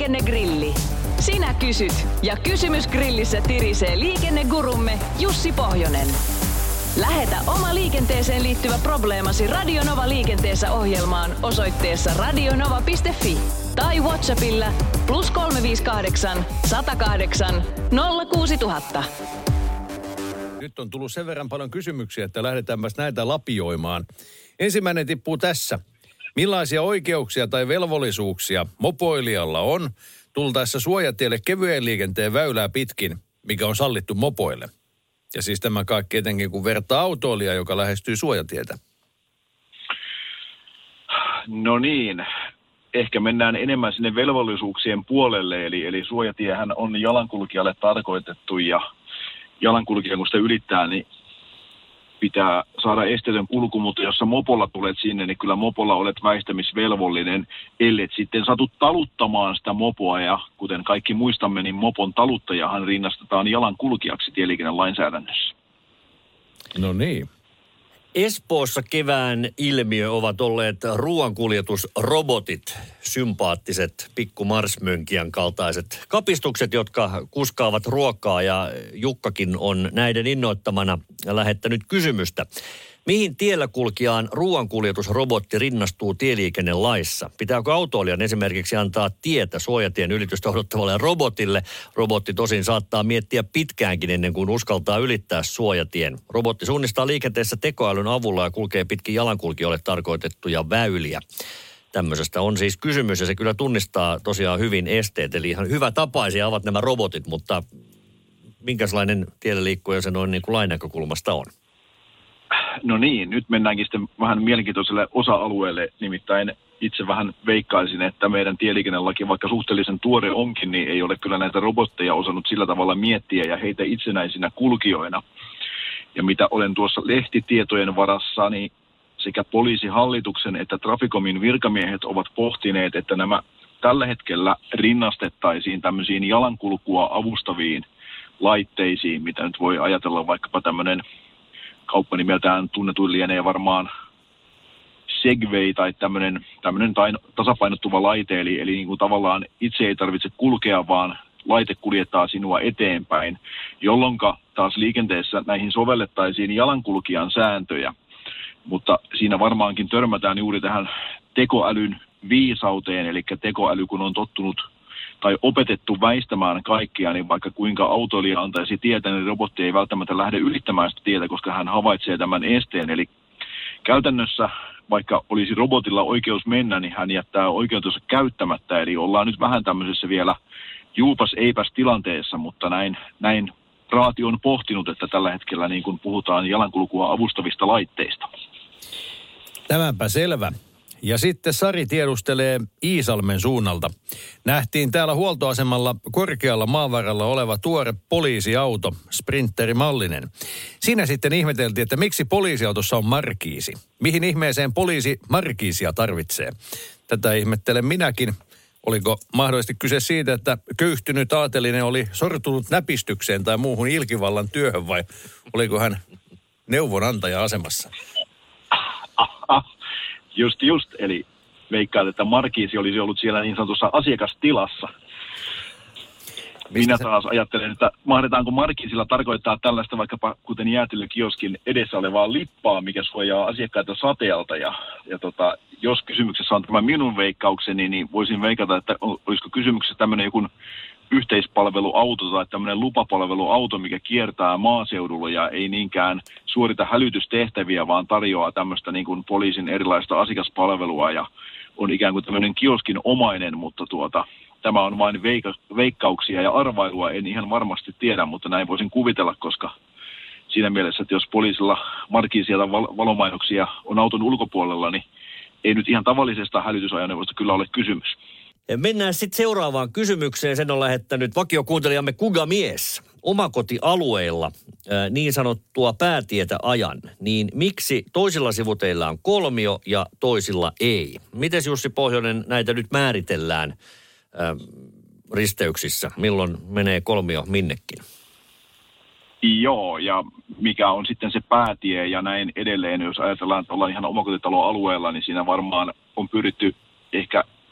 Liikennegrilli. Sinä kysyt ja kysymys grillissä tirisee liikennegurumme Jussi Pohjonen. Lähetä oma liikenteeseen liittyvä probleemasi Radio Nova liikenteessä ohjelmaan osoitteessa radionova.fi tai WhatsAppilla +358 108 06000. Nyt on tullut sen verran paljon kysymyksiä, että lähdetäänpäs näitä lapioimaan. Ensimmäinen tippuu tässä. Millaisia oikeuksia tai velvollisuuksia mopoilijalla on tultaessa suojatielle kevyen liikenteen väylää pitkin, mikä on sallittu mopoille? Ja siis tämä kaikki etenkin, kun vertaa autoilijaa, joka lähestyy suojatietä. No niin, ehkä mennään enemmän sinne velvollisuuksien puolelle, eli suojatiehän on jalankulkijalle tarkoitettu ja jalankulkija, kun sitä ylittää, niin pitää saada esteetön kulku, mutta jos sä mopolla tulet sinne, niin kyllä mopolla olet väistämisvelvollinen, ellet sitten satu taluttamaan sitä mopoa, ja kuten kaikki muistamme, niin mopon taluttajahan rinnastetaan jalankulkijaksi tieliikennelainsäädännössä. No niin. Espoossa kevään ilmiö ovat olleet ruoankuljetusrobotit, sympaattiset pikku marsmönkiän kaltaiset kapistukset, jotka kuskaavat ruokaa, ja Jukkakin on näiden innoittamana lähettänyt kysymystä. Mihin tiellä kulkijaan ruoankuljetusrobotti rinnastuu tieliikennelaissa? Pitääkö autoilijan esimerkiksi antaa tietä suojatien ylitystä odottavalle robotille? Robotti tosin saattaa miettiä pitkäänkin ennen kuin uskaltaa ylittää suojatien. Robotti suunnistaa liikenteessä tekoälyn avulla ja kulkee pitkin jalankulkijoille tarkoitettuja väyliä. Tämmöisestä on siis kysymys, ja se kyllä tunnistaa tosiaan hyvin esteet. Eli ihan hyvä tapaisia ovat nämä robotit, mutta minkälainen tiellä liikkuja se noin niin kuin lain näkökulmasta on? No niin, nyt mennäänkin sitten vähän mielenkiintoiselle osa-alueelle, nimittäin itse vähän veikkaisin, että meidän tieliikennelaki, vaikka suhteellisen tuore onkin, niin ei ole kyllä näitä robotteja osannut sillä tavalla miettiä ja heitä itsenäisinä kulkijoina. Ja mitä olen tuossa lehtitietojen varassa, niin sekä poliisihallituksen että Traficomin virkamiehet ovat pohtineet, että nämä tällä hetkellä rinnastettaisiin tämmöisiin jalankulkua avustaviin laitteisiin, mitä nyt voi ajatella vaikkapa tämmöinen kauppanimeltään tunnetuin lienee varmaan Segway tai tämmöinen tasapainottuva laite, eli niin kuin tavallaan itse ei tarvitse kulkea, vaan laite kuljettaa sinua eteenpäin, jolloin taas liikenteessä näihin sovellettaisiin jalankulkijan sääntöjä. Mutta siinä varmaankin törmätään juuri tähän tekoälyn viisauteen, eli tekoäly kun on tottunut tai opetettu väistämään kaikkia, niin vaikka kuinka autoilija antaisi tietä, niin robotti ei välttämättä lähde ylittämään sitä tietä, koska hän havaitsee tämän esteen. Eli käytännössä, vaikka olisi robotilla oikeus mennä, niin hän jättää oikeutensa käyttämättä. Eli ollaan nyt vähän tämmöisessä vielä juupas eipäs tilanteessa, mutta näin Raati on pohtinut, että tällä hetkellä niin kun puhutaan jalankulkua avustavista laitteista. Tämäpä selvä. Ja sitten Sari tiedustelee Iisalmen suunnalta. Nähtiin täällä huoltoasemalla korkealla maavaralla oleva tuore poliisiauto, sprinterimallinen. Siinä sitten ihmeteltiin, että miksi poliisiautossa on markiisi. Mihin ihmeeseen poliisi markiisia tarvitsee? Tätä ihmettelen minäkin. Oliko mahdollisesti kyse siitä, että köyhtynyt aatelinen oli sortunut näpistykseen tai muuhun ilkivallan työhön, vai oliko hän neuvonantaja-asemassa? Just, eli veikkaat, että markiisi olisi ollut siellä niin sanotussa asiakastilassa. Minä taas ajattelen, että mahdetaanko markiisilla tarkoittaa tällaista vaikkapa kuten jäätelökioskin edessä olevaa lippaa, mikä suojaa asiakkaita sateelta. Ja jos kysymyksessä on tämä minun veikkaukseni, niin voisin veikata, että olisiko kysymyksessä tämmöinen joku yhteispalveluauto tai tämmöinen lupapalveluauto, mikä kiertää maaseudulla ja ei niinkään suorita hälytystehtäviä, vaan tarjoaa tämmöistä niin kuin poliisin erilaista asiakaspalvelua ja on ikään kuin tämmöinen kioskin omainen, mutta tämä on vain veikkauksia ja arvailua, en ihan varmasti tiedä, mutta näin voisin kuvitella, koska siinä mielessä, että jos poliisilla markiisia tai valomainoksia on auton ulkopuolella, niin ei nyt ihan tavallisesta hälytysajoneuvosta kyllä ole kysymys. Mennään sitten seuraavaan kysymykseen. Sen on lähettänyt vakiokuuntelijamme Kuga-mies. Omakotialueilla niin sanottua päätietä ajan, niin miksi toisilla sivuteillä on kolmio ja toisilla ei? Mites Jussi Pohjonen näitä nyt määritellään risteyksissä? Milloin menee kolmio minnekin? Joo, ja mikä on sitten se päätie ja näin edelleen, jos ajatellaan, että ollaan ihan omakotitaloalueella, niin siinä varmaan on pyritty ehkä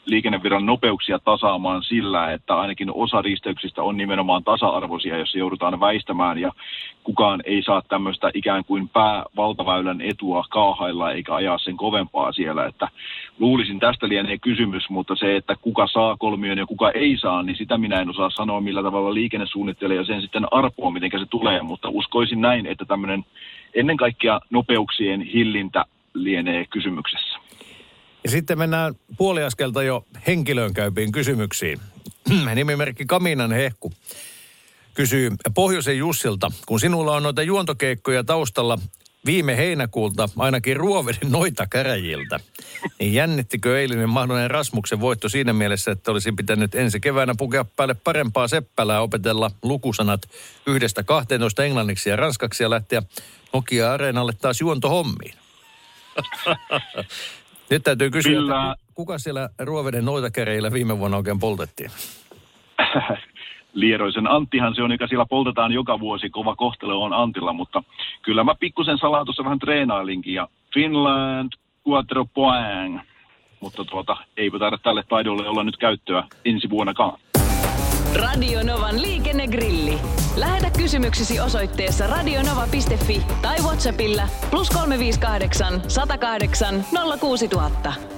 liikennevirran nopeuksia tasaamaan sillä, että ainakin osa risteyksistä on nimenomaan tasa-arvoisia, jossa joudutaan väistämään ja kukaan ei saa tämmöistä ikään kuin päävaltaväylän etua kaahailla eikä ajaa sen kovempaa siellä. Että luulisin tästä lienee kysymys, mutta se, että kuka saa kolmion ja kuka ei saa, niin sitä minä en osaa sanoa, millä tavalla liikennesuunnittelija sen sitten arpoo, miten se tulee, mutta uskoisin näin, että tämmöinen ennen kaikkea nopeuksien hillintä lienee kysymyksessä. Ja sitten mennään puoliaskelta jo henkilöön käypiin kysymyksiin. Nimimerkki Kaminan hehku kysyy Pohjoisen Jussilta, kun sinulla on noita juontokeikkoja taustalla viime heinäkuulta ainakin Ruoveden noita käräjiltä, niin jännittikö eilinen mahdollinen Rasmuksen voitto siinä mielessä, että olisi pitänyt ensi keväänä pukea päälle parempaa seppälää, opetella lukusanat 1-12 englanniksi ja ranskaksi ja lähteä Nokia-areenalle taas juontohommiin? Nyt täytyy kysyä, että kuka siellä Ruoveden noitakäreillä viime vuonna oikein poltettiin? Lieroisen Anttihan se on, joka siellä poltetaan joka vuosi. Kova kohtelu on Antilla, mutta kyllä mä pikkusen salaa tuossa vähän treenailinkin. Ja Finland, 4 points. Mutta eipä taida tälle taidolle olla nyt käyttöä ensi vuonnakaan. Radio Novan liikennegrilli. Lähetä kysymyksesi osoitteessa radionova.fi tai WhatsAppilla +358 108 06000.